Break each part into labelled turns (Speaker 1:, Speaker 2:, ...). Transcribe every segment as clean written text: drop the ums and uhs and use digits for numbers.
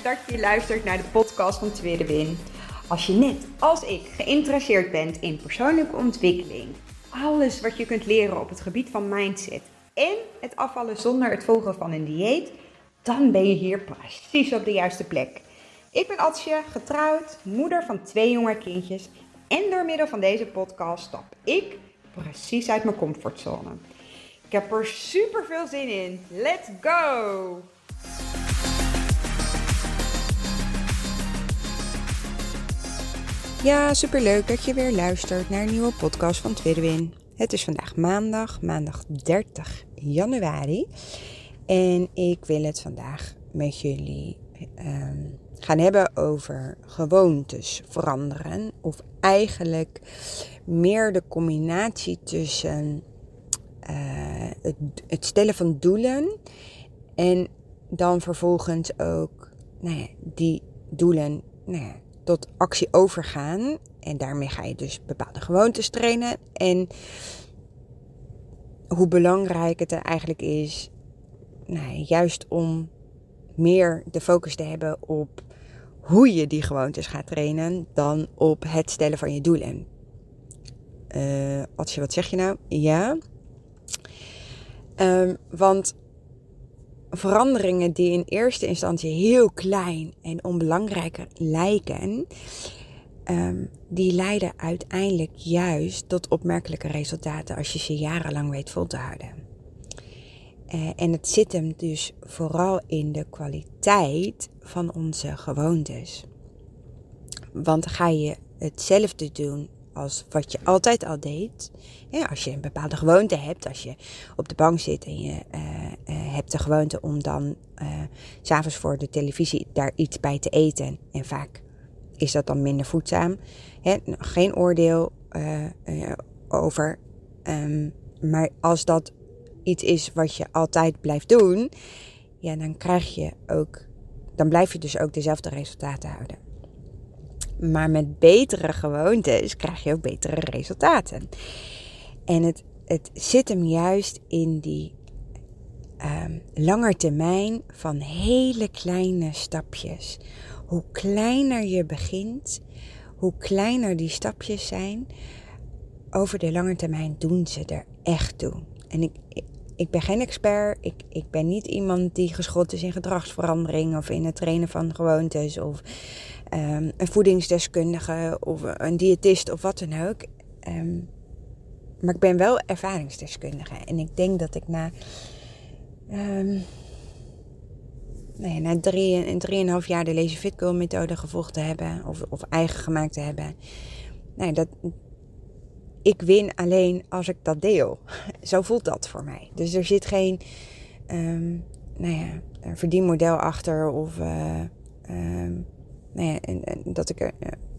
Speaker 1: dat je luistert naar de podcast van Tweede Win. Als je net als ik geïnteresseerd bent in persoonlijke ontwikkeling, alles wat je kunt leren op het gebied van mindset en het afvallen zonder het volgen van een dieet, dan ben je hier precies op de juiste plek. Ik ben Atsje, getrouwd, moeder van 2 jonge kindjes en door middel van deze podcast stap ik precies uit mijn comfortzone. Ik heb er super veel zin in. Let's go!
Speaker 2: Ja, superleuk dat je weer luistert naar een nieuwe podcast van Tweede Win. Het is vandaag maandag 30 januari. En ik wil het vandaag met jullie gaan hebben over gewoontes veranderen. Of eigenlijk meer de combinatie tussen het stellen van doelen en dan vervolgens ook die doelen tot actie overgaan. En daarmee ga je dus bepaalde gewoontes trainen. En hoe belangrijk het er eigenlijk is, juist om meer de focus te hebben op hoe je die gewoontes gaat trainen dan op het stellen van je doelen. Wat zeg je nou? Ja. Want veranderingen die in eerste instantie heel klein en onbelangrijk lijken, die leiden uiteindelijk juist tot opmerkelijke resultaten als je ze jarenlang weet vol te houden. En het zit hem dus vooral in de kwaliteit van onze gewoontes. Want ga je hetzelfde doen als wat je altijd al deed. Als je een bepaalde gewoonte hebt, als je op de bank zit en je hebt de gewoonte om dan 's avonds voor de televisie daar iets bij te eten. En vaak is dat dan minder voedzaam. Geen oordeel over. Maar als dat iets is wat je altijd blijft doen, ja, dan blijf je dus ook dezelfde resultaten houden. Maar met betere gewoontes krijg je ook betere resultaten. En het zit hem juist in die langetermijn van hele kleine stapjes. Hoe kleiner je begint, hoe kleiner die stapjes zijn, over de lange termijn doen ze er echt toe. En ik ben geen expert, ik ben niet iemand die geschoold is in gedragsverandering of in het trainen van gewoontes of een voedingsdeskundige of een diëtist of wat dan ook. Maar ik ben wel ervaringsdeskundige en ik denk dat ik na 3,5 jaar de Lazy Fit Girl methode gevolgd te hebben of eigen gemaakt te hebben, ik win alleen als ik dat deel. Zo voelt dat voor mij. Dus er zit geen verdienmodel achter of dat ik er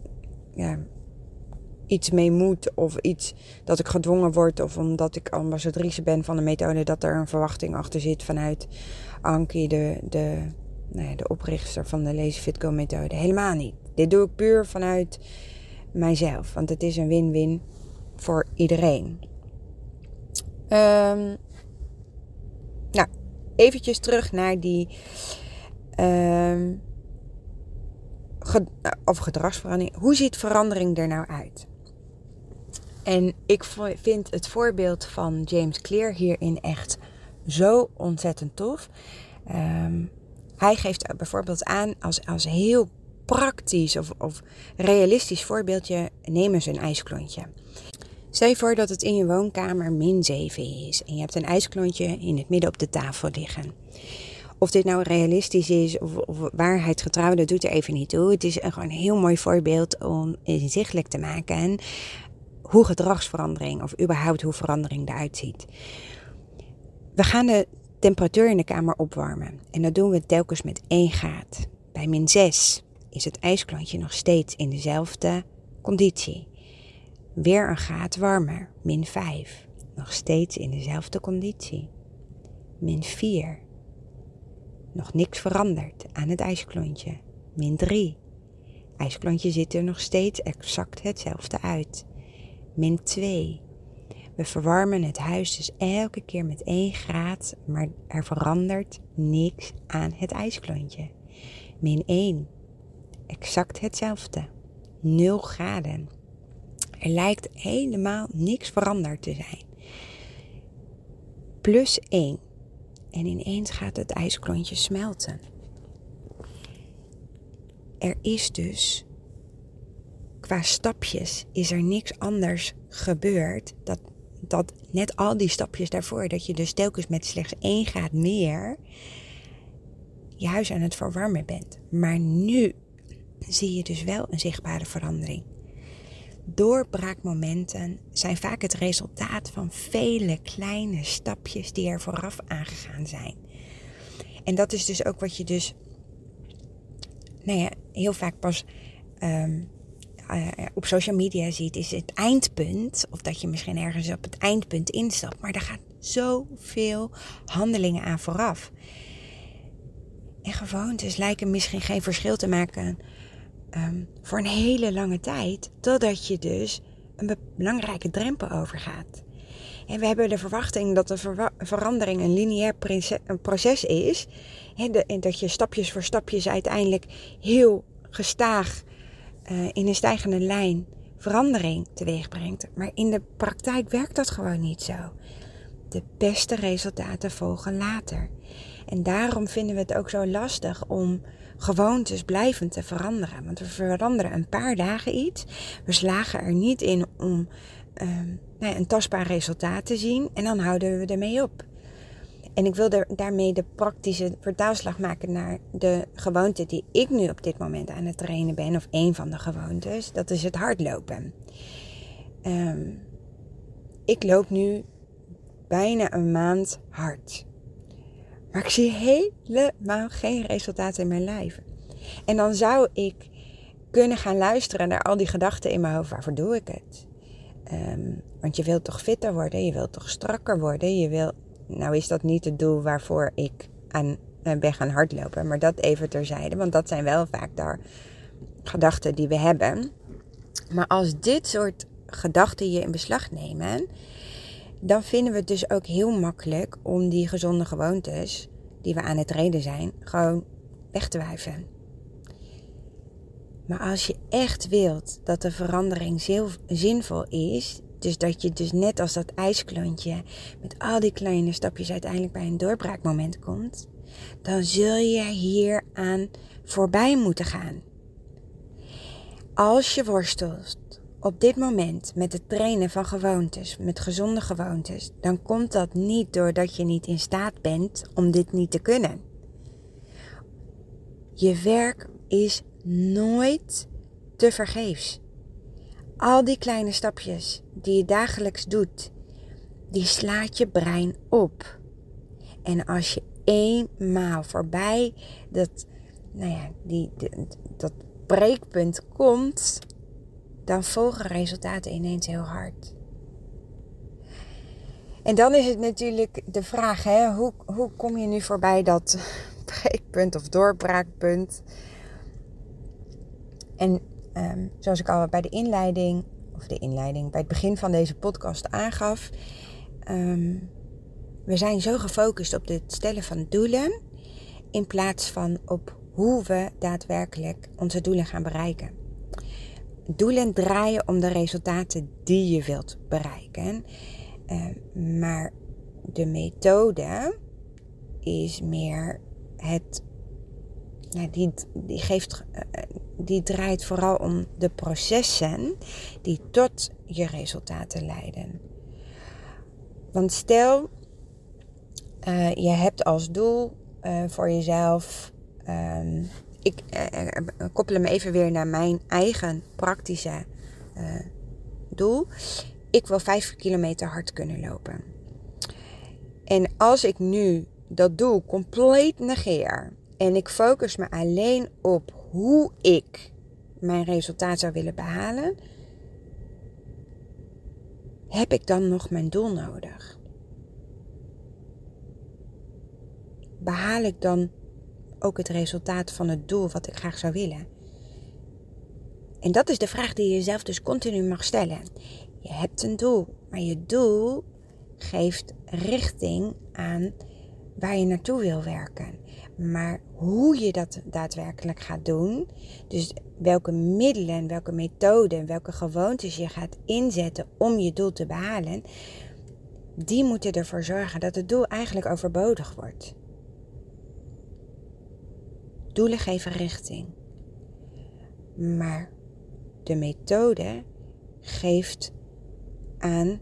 Speaker 2: iets mee moet of iets dat ik gedwongen word of omdat ik ambassadrice ben van de methode dat er een verwachting achter zit vanuit Ankie, de oprichter van de Lazy Fit Girl methode. Helemaal niet. Dit doe ik puur vanuit mijzelf, want het is een win-win voor iedereen. Eventjes terug naar die gedragsverandering. Hoe ziet verandering er nou uit? En ik vind het voorbeeld van James Clear hierin echt zo ontzettend tof. Hij geeft bijvoorbeeld aan als heel praktisch of realistisch voorbeeldje, neem eens een ijsklontje. Stel je voor dat het in je woonkamer -7 is en je hebt een ijsklontje in het midden op de tafel liggen. Of dit nou realistisch is of waarheidsgetrouw, dat doet er even niet toe. Het is gewoon een heel mooi voorbeeld om inzichtelijk te maken hoe gedragsverandering of überhaupt hoe verandering eruit ziet. We gaan de temperatuur in de kamer opwarmen en dat doen we telkens met 1 graad. Bij -6 is het ijsklontje nog steeds in dezelfde conditie. Weer 1 graad warmer, -5. Nog steeds in dezelfde conditie. -4. Nog niks veranderd aan het ijsklontje. -3. IJsklontje ziet er nog steeds exact hetzelfde uit. -2. We verwarmen het huis dus elke keer met 1 graad, maar er verandert niks aan het ijsklontje. -1. Exact hetzelfde. 0 graden. Er lijkt helemaal niks veranderd te zijn. +1. En ineens gaat het ijsklontje smelten. Er is dus, qua stapjes, is er niks anders gebeurd. Dat net al die stapjes daarvoor, dat je dus telkens met slechts 1 graad meer je huis aan het verwarmen bent. Maar nu zie je dus wel een zichtbare verandering. Doorbraakmomenten zijn vaak het resultaat van vele kleine stapjes die er vooraf aangegaan zijn. En dat is dus ook wat je dus heel vaak pas op social media ziet, is het eindpunt. Of dat je misschien ergens op het eindpunt instapt. Maar daar gaat zoveel handelingen aan vooraf. En gewoontes lijken misschien geen verschil te maken voor een hele lange tijd. Totdat je dus een belangrijke drempel overgaat. En we hebben de verwachting dat een verandering een lineair proces is. En dat je stapjes voor stapjes uiteindelijk heel gestaag in een stijgende lijn verandering teweeg brengt. Maar in de praktijk werkt dat gewoon niet zo. De beste resultaten volgen later. En daarom vinden we het ook zo lastig om gewoontes blijvend te veranderen. Want we veranderen een paar dagen iets. We slagen er niet in om een tastbaar resultaat te zien. En dan houden we ermee op. En ik wil daarmee de praktische vertaalslag maken naar de gewoonte die ik nu op dit moment aan het trainen ben. Of één van de gewoontes. Dat is het hardlopen. Ik loop nu bijna een maand hard. Maar ik zie helemaal geen resultaten in mijn lijf. En dan zou ik kunnen gaan luisteren naar al die gedachten in mijn hoofd. Waarvoor doe ik het? Want je wilt toch fitter worden? Je wilt toch strakker worden? Nou is dat niet het doel waarvoor ik ben gaan hardlopen. Maar dat even terzijde. Want dat zijn wel vaak de gedachten die we hebben. Maar als dit soort gedachten je in beslag nemen, dan vinden we het dus ook heel makkelijk om die gezonde gewoontes die we aan het trainen zijn, gewoon weg te wuiven. Maar als je echt wilt dat de verandering zinvol is, dus dat je dus net als dat ijsklontje met al die kleine stapjes uiteindelijk bij een doorbraakmoment komt, dan zul je hier aan voorbij moeten gaan. Als je worstelt op dit moment met het trainen van gewoontes, met gezonde gewoontes, dan komt dat niet doordat je niet in staat bent om dit niet te kunnen. Je werk is nooit te vergeefs. Al die kleine stapjes die je dagelijks doet, die slaat je brein op. En als je eenmaal voorbij dat breekpunt komt, dan volgen resultaten ineens heel hard. En dan is het natuurlijk de vraag, hoe kom je nu voorbij dat breekpunt of doorbraakpunt? En zoals ik al bij bij het begin van deze podcast aangaf, we zijn zo gefocust op het stellen van doelen in plaats van op hoe we daadwerkelijk onze doelen gaan bereiken. Doelen draaien om de resultaten die je wilt bereiken. Maar de methode is meer die draait vooral om de processen die tot je resultaten leiden. Want stel, je hebt als doel voor jezelf, ik koppel hem even weer naar mijn eigen praktische doel. Ik wil 5 kilometer hard kunnen lopen. En als ik nu dat doel compleet negeer en ik focus me alleen op hoe ik mijn resultaat zou willen behalen, heb ik dan nog mijn doel nodig? Behaal ik dan ook het resultaat van het doel wat ik graag zou willen? En dat is de vraag die je jezelf dus continu mag stellen. Je hebt een doel, maar je doel geeft richting aan waar je naartoe wil werken. Maar hoe je dat daadwerkelijk gaat doen, dus welke middelen, welke methoden, welke gewoontes je gaat inzetten om je doel te behalen, die moeten ervoor zorgen dat het doel eigenlijk overbodig wordt. Doelen geven richting. Maar de methode geeft aan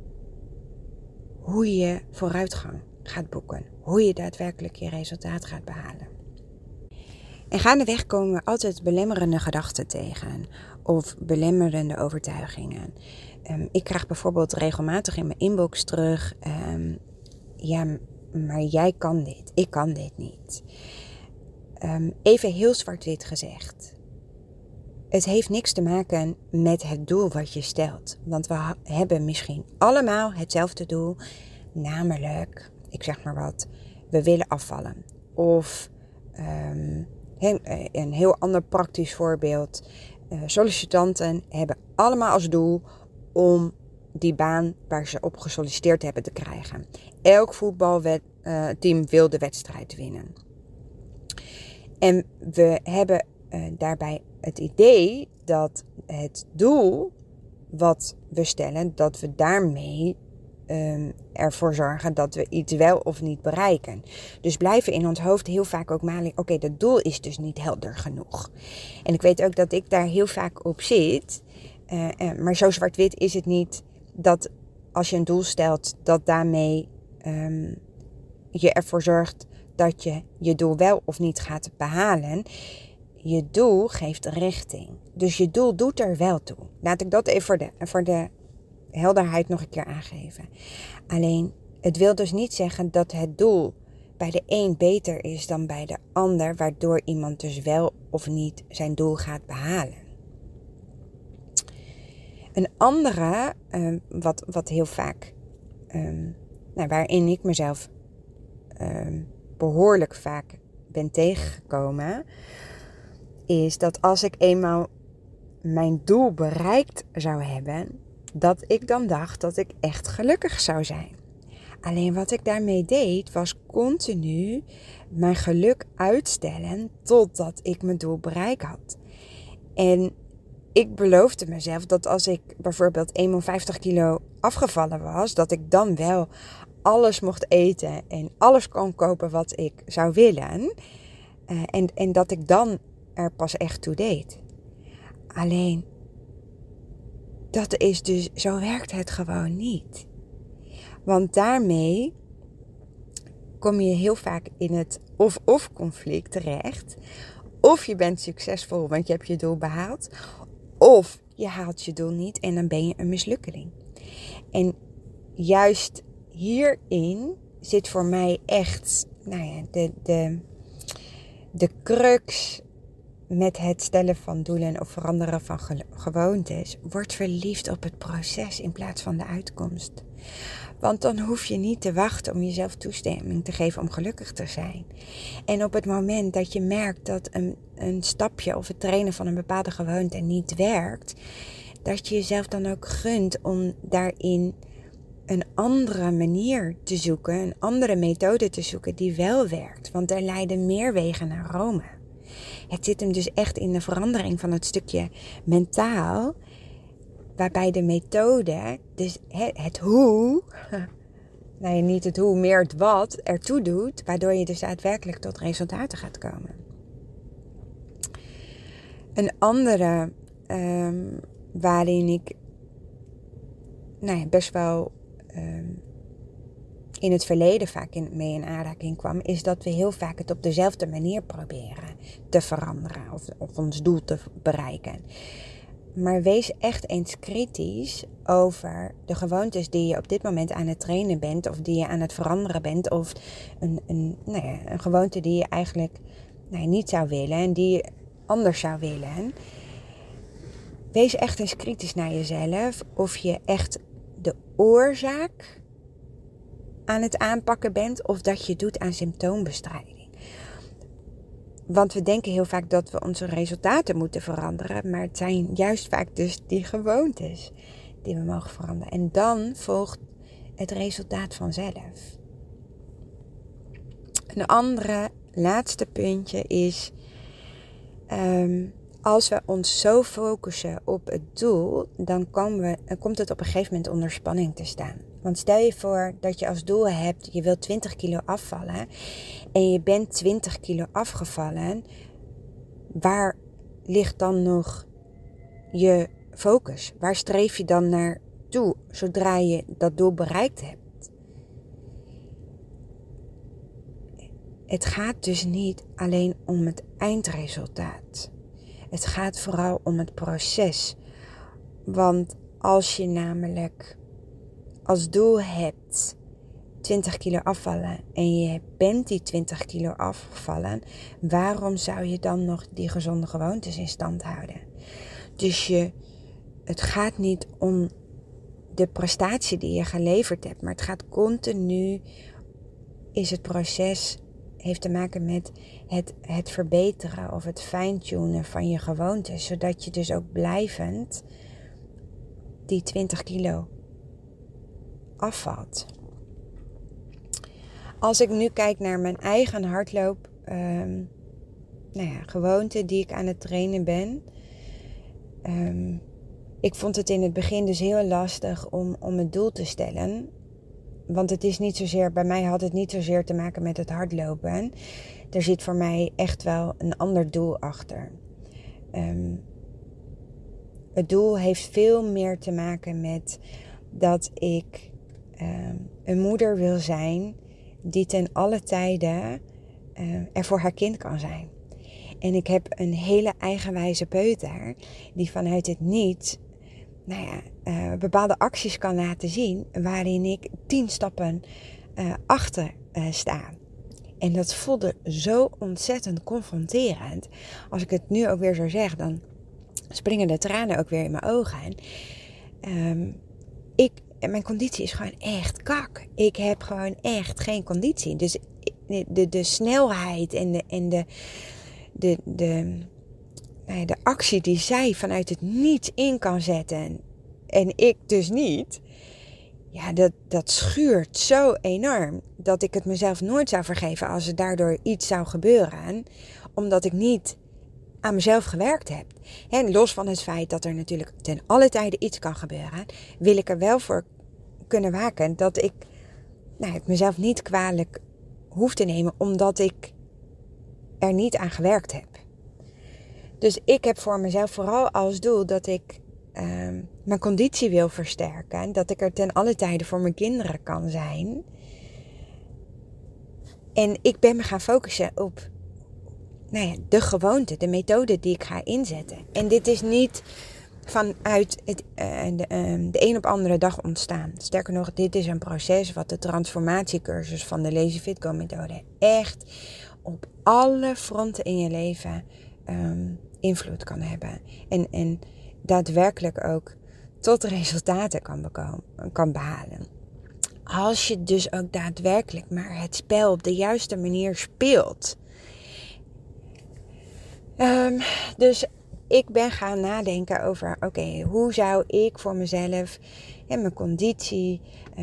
Speaker 2: hoe je vooruitgang gaat boeken. Hoe je daadwerkelijk je resultaat gaat behalen. En gaandeweg komen we altijd belemmerende gedachten tegen. Of belemmerende overtuigingen. Ik krijg bijvoorbeeld regelmatig in mijn inbox terug. Ja, maar jij kan dit. Ik kan dit niet. Even heel zwart-wit gezegd. Het heeft niks te maken met het doel wat je stelt. Want we hebben misschien allemaal hetzelfde doel. Namelijk, ik zeg maar wat, we willen afvallen. Of een heel ander praktisch voorbeeld. Sollicitanten hebben allemaal als doel om die baan waar ze op gesolliciteerd hebben te krijgen. Elk voetbalteam wil de wedstrijd winnen. En we hebben daarbij het idee dat het doel wat we stellen, dat we daarmee ervoor zorgen dat we iets wel of niet bereiken. Dus blijven in ons hoofd heel vaak ook malen, oké, dat doel is dus niet helder genoeg. En ik weet ook dat ik daar heel vaak op zit. Maar zo zwart-wit is het niet dat als je een doel stelt, dat daarmee je ervoor zorgt dat je je doel wel of niet gaat behalen. Je doel geeft richting. Dus je doel doet er wel toe. Laat ik dat even voor de helderheid nog een keer aangeven. Alleen, het wil dus niet zeggen dat het doel bij de een beter is dan bij de ander, waardoor iemand dus wel of niet zijn doel gaat behalen. Een andere, wat heel vaak, waarin ik mezelf behoorlijk vaak ben tegengekomen, is dat als ik eenmaal mijn doel bereikt zou hebben, dat ik dan dacht dat ik echt gelukkig zou zijn. Alleen wat ik daarmee deed, was continu mijn geluk uitstellen totdat ik mijn doel bereikt had. En ik beloofde mezelf dat als ik bijvoorbeeld eenmaal 50 kilo afgevallen was, dat ik dan wel alles mocht eten en alles kon kopen wat ik zou willen. En dat ik dan er pas echt toe deed. Alleen, dat is dus, zo werkt het gewoon niet. Want daarmee kom je heel vaak in het of-of conflict terecht. Of je bent succesvol, want je hebt je doel behaald. Of je haalt je doel niet en dan ben je een mislukkeling. En juist hierin zit voor mij echt de crux met het stellen van doelen of veranderen van gewoontes. Word verliefd op het proces in plaats van de uitkomst. Want dan hoef je niet te wachten om jezelf toestemming te geven om gelukkig te zijn. En op het moment dat je merkt dat een stapje of het trainen van een bepaalde gewoonte niet werkt, dat je jezelf dan ook gunt om daarin een andere manier te zoeken, een andere methode te zoeken die wel werkt. Want er leiden meer wegen naar Rome. Het zit hem dus echt in de verandering van het stukje mentaal, waarbij de methode, dus het hoe, niet het hoe, meer het wat ertoe doet, waardoor je dus daadwerkelijk tot resultaten gaat komen. Een andere waarin ik best wel in het verleden vaak mee in aanraking kwam, is dat we heel vaak het op dezelfde manier proberen te veranderen of ons doel te bereiken. Maar wees echt eens kritisch over de gewoontes die je op dit moment aan het trainen bent, of die je aan het veranderen bent, of een gewoonte die je eigenlijk niet zou willen en die je anders zou willen. Wees echt eens kritisch naar jezelf of je echt de oorzaak aan het aanpakken bent of dat je doet aan symptoombestrijding. Want we denken heel vaak dat we onze resultaten moeten veranderen, maar het zijn juist vaak dus die gewoontes die we mogen veranderen. En dan volgt het resultaat vanzelf. Een andere laatste puntje is, als we ons zo focussen op het doel, dan komt het op een gegeven moment onder spanning te staan. Want stel je voor dat je als doel hebt, je wilt 20 kilo afvallen en je bent 20 kilo afgevallen. Waar ligt dan nog je focus? Waar streef je dan naartoe zodra je dat doel bereikt hebt? Het gaat dus niet alleen om het eindresultaat. Het gaat vooral om het proces. Want als je namelijk als doel hebt 20 kilo afvallen en je bent die 20 kilo afgevallen, waarom zou je dan nog die gezonde gewoontes in stand houden? Dus het gaat niet om de prestatie die je geleverd hebt, maar het gaat continu, is het proces, heeft te maken met het verbeteren of het fine-tunen van je gewoontes, zodat je dus ook blijvend die 20 kilo afvalt. Als ik nu kijk naar mijn eigen hardloop, gewoonte die ik aan het trainen ben. Ik vond het in het begin dus heel lastig om het doel te stellen. Want het is niet zozeer, bij mij had het niet zozeer te maken met het hardlopen. Er zit voor mij echt wel een ander doel achter. Het doel heeft veel meer te maken met dat ik een moeder wil zijn die ten alle tijden er voor haar kind kan zijn. En ik heb een hele eigenwijze peuter die vanuit het niets bepaalde acties kan laten zien waarin ik 10 stappen achter sta. En dat voelde zo ontzettend confronterend. Als ik het nu ook weer zo zeg, dan springen de tranen ook weer in mijn ogen. Mijn conditie is gewoon echt kak. Ik heb gewoon echt geen conditie. Dus de snelheid en de actie die zij vanuit het niets in kan zetten en ik dus niet, ja, dat schuurt zo enorm dat ik het mezelf nooit zou vergeven als er daardoor iets zou gebeuren, omdat ik niet aan mezelf gewerkt heb. En los van het feit dat er natuurlijk ten alle tijde iets kan gebeuren, wil ik er wel voor kunnen waken dat ik het mezelf niet kwalijk hoef te nemen, omdat ik er niet aan gewerkt heb. Dus ik heb voor mezelf vooral als doel dat ik mijn conditie wil versterken. Dat ik er ten alle tijde voor mijn kinderen kan zijn. En ik ben me gaan focussen op de gewoonte, de methode die ik ga inzetten. En dit is niet vanuit de een op andere dag ontstaan. Sterker nog, dit is een proces wat de transformatiecursus van de Lazy Fit Go methode echt op alle fronten in je leven invloed kan hebben. En daadwerkelijk ook tot resultaten kan behalen. Als je dus ook daadwerkelijk maar het spel op de juiste manier speelt. Dus ik ben gaan nadenken over, hoe zou ik voor mezelf en mijn conditie,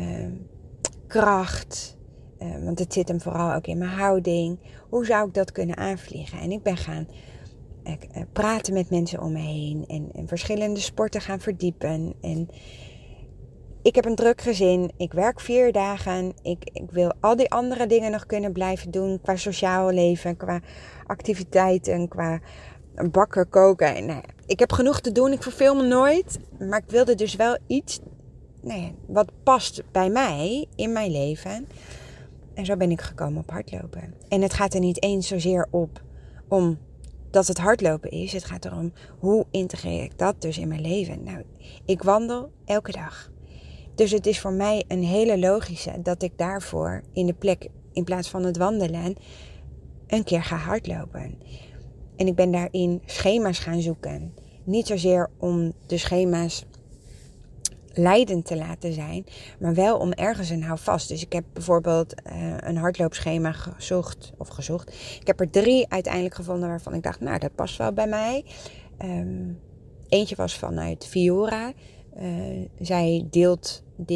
Speaker 2: kracht, want het zit hem vooral ook in mijn houding, hoe zou ik dat kunnen aanvliegen? En ik ben gaan praten met mensen om me heen en verschillende sporten gaan verdiepen. En ik heb een druk gezin, ik werk 4 dagen, ik wil al die andere dingen nog kunnen blijven doen qua sociaal leven, qua activiteiten, qua bakken, koken. Ik heb genoeg te doen, ik verveel me nooit, maar ik wilde dus wel iets wat past bij mij in mijn leven. En zo ben ik gekomen op hardlopen. En het gaat er niet eens zozeer om dat het hardlopen is. Het gaat erom, hoe integreer ik dat dus in mijn leven? Ik wandel elke dag. Dus het is voor mij een hele logische dat ik daarvoor in de plek, in plaats van het wandelen, een keer ga hardlopen. En ik ben daarin schema's gaan zoeken. Niet zozeer om de schema's leidend te laten zijn, maar wel om ergens een houvast. Dus ik heb bijvoorbeeld een hardloopschema gezocht. Ik heb er 3 uiteindelijk gevonden waarvan ik dacht, dat past wel bij mij. Eentje was vanuit Fiora. Zij deelt dit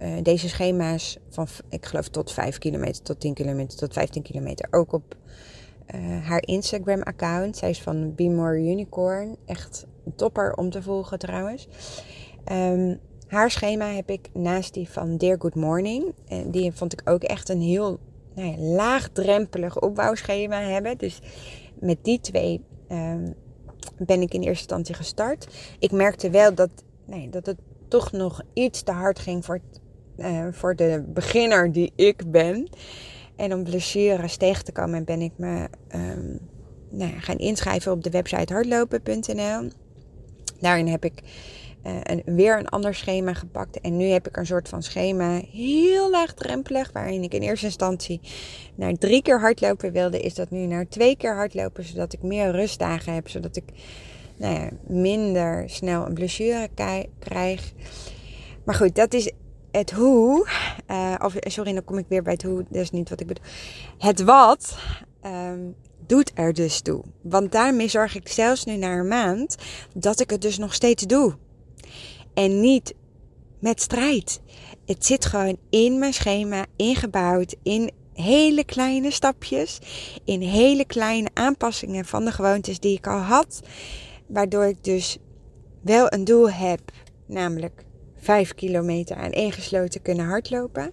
Speaker 2: deze schema's van, ik geloof tot 5 kilometer, tot 10 kilometer, tot 15 kilometer. Ook op haar Instagram-account. Zij is van Be More Unicorn. Echt een topper om te volgen trouwens. Haar schema heb ik naast die van Dear Good Morning. Die vond ik ook echt een heel laagdrempelig opbouwschema hebben. Dus met die twee ben ik in eerste instantie gestart. Ik merkte wel dat het toch nog iets te hard ging voor de beginner die ik ben. En om blessures tegen te komen ben ik me gaan inschrijven op de website hardlopen.nl. Daarin heb ik weer een ander schema gepakt. En nu heb ik een soort van schema, heel laagdrempelig, waarin ik in eerste instantie naar 3 keer hardlopen wilde. Is dat nu naar 2 keer hardlopen, zodat ik meer rustdagen heb. Zodat ik minder snel een blessure krijg. Maar goed, dat is het hoe. Dan kom ik weer bij het hoe. Dat is niet wat ik bedoel. Het wat doet er dus toe. Want daarmee zorg ik zelfs nu na een maand dat ik het dus nog steeds doe. En niet met strijd. Het zit gewoon in mijn schema ingebouwd. In hele kleine stapjes. In hele kleine aanpassingen van de gewoontes die ik al had. Waardoor ik dus wel een doel heb. Namelijk 5 kilometer aan één gesloten kunnen hardlopen.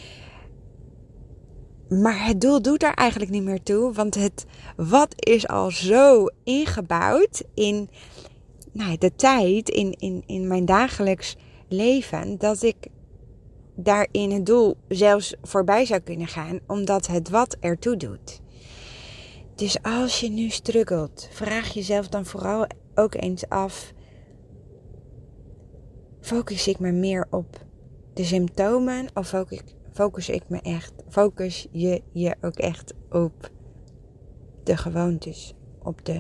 Speaker 2: Maar het doel doet daar eigenlijk niet meer toe. Want het wat is al zo ingebouwd in de tijd, in mijn dagelijks leven, dat ik daarin het doel zelfs voorbij zou kunnen gaan. Omdat het wat ertoe doet. Dus als je nu struggelt, vraag jezelf dan vooral ook eens af. Focus ik me meer op de symptomen of focus je je ook echt op de gewoontes, op de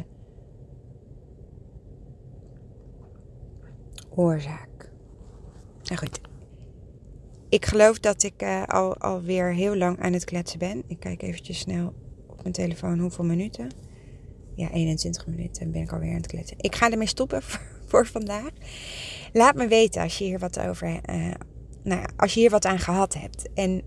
Speaker 2: oorzaak. Nou goed, ik geloof dat ik alweer heel lang aan het kletsen ben. Ik kijk eventjes snel op mijn telefoon hoeveel minuten. Ja, 21 minuten ben ik alweer aan het kletsen. Ik ga ermee stoppen voor vandaag. Laat me weten als je hier wat over, als je hier wat aan gehad hebt. En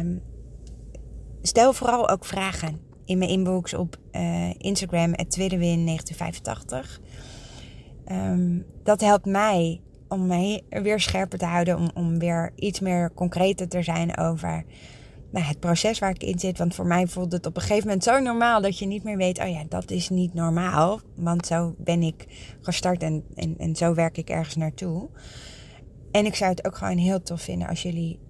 Speaker 2: stel vooral ook vragen in mijn inbox op Instagram @tweedewin1985. Dat helpt mij om mij weer scherper te houden, om weer iets meer concreter te zijn over het proces waar ik in zit. Want voor mij voelt het op een gegeven moment zo normaal dat je niet meer weet, dat is niet normaal. Want zo ben ik gestart en zo werk ik ergens naartoe. En ik zou het ook gewoon heel tof vinden als jullie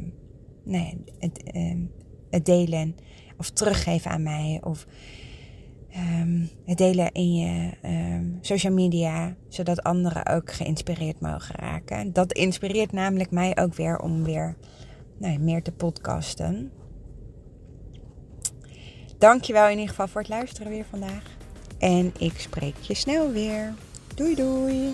Speaker 2: het delen of teruggeven aan mij. Of het delen in je social media, zodat anderen ook geïnspireerd mogen raken. Dat inspireert namelijk mij ook weer om weer meer te podcasten. Dankjewel in ieder geval voor het luisteren weer vandaag. En ik spreek je snel weer. Doei doei.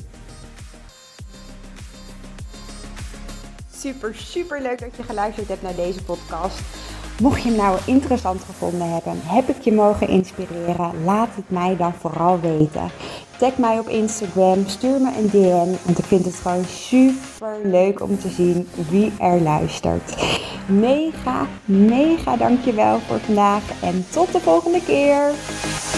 Speaker 1: Super leuk dat je geluisterd hebt naar deze podcast. Mocht je hem nou interessant gevonden hebben, heb ik je mogen inspireren, laat het mij dan vooral weten. Tag mij op Instagram, stuur me een DM, want ik vind het gewoon super leuk om te zien wie er luistert. Mega dankjewel voor vandaag en tot de volgende keer.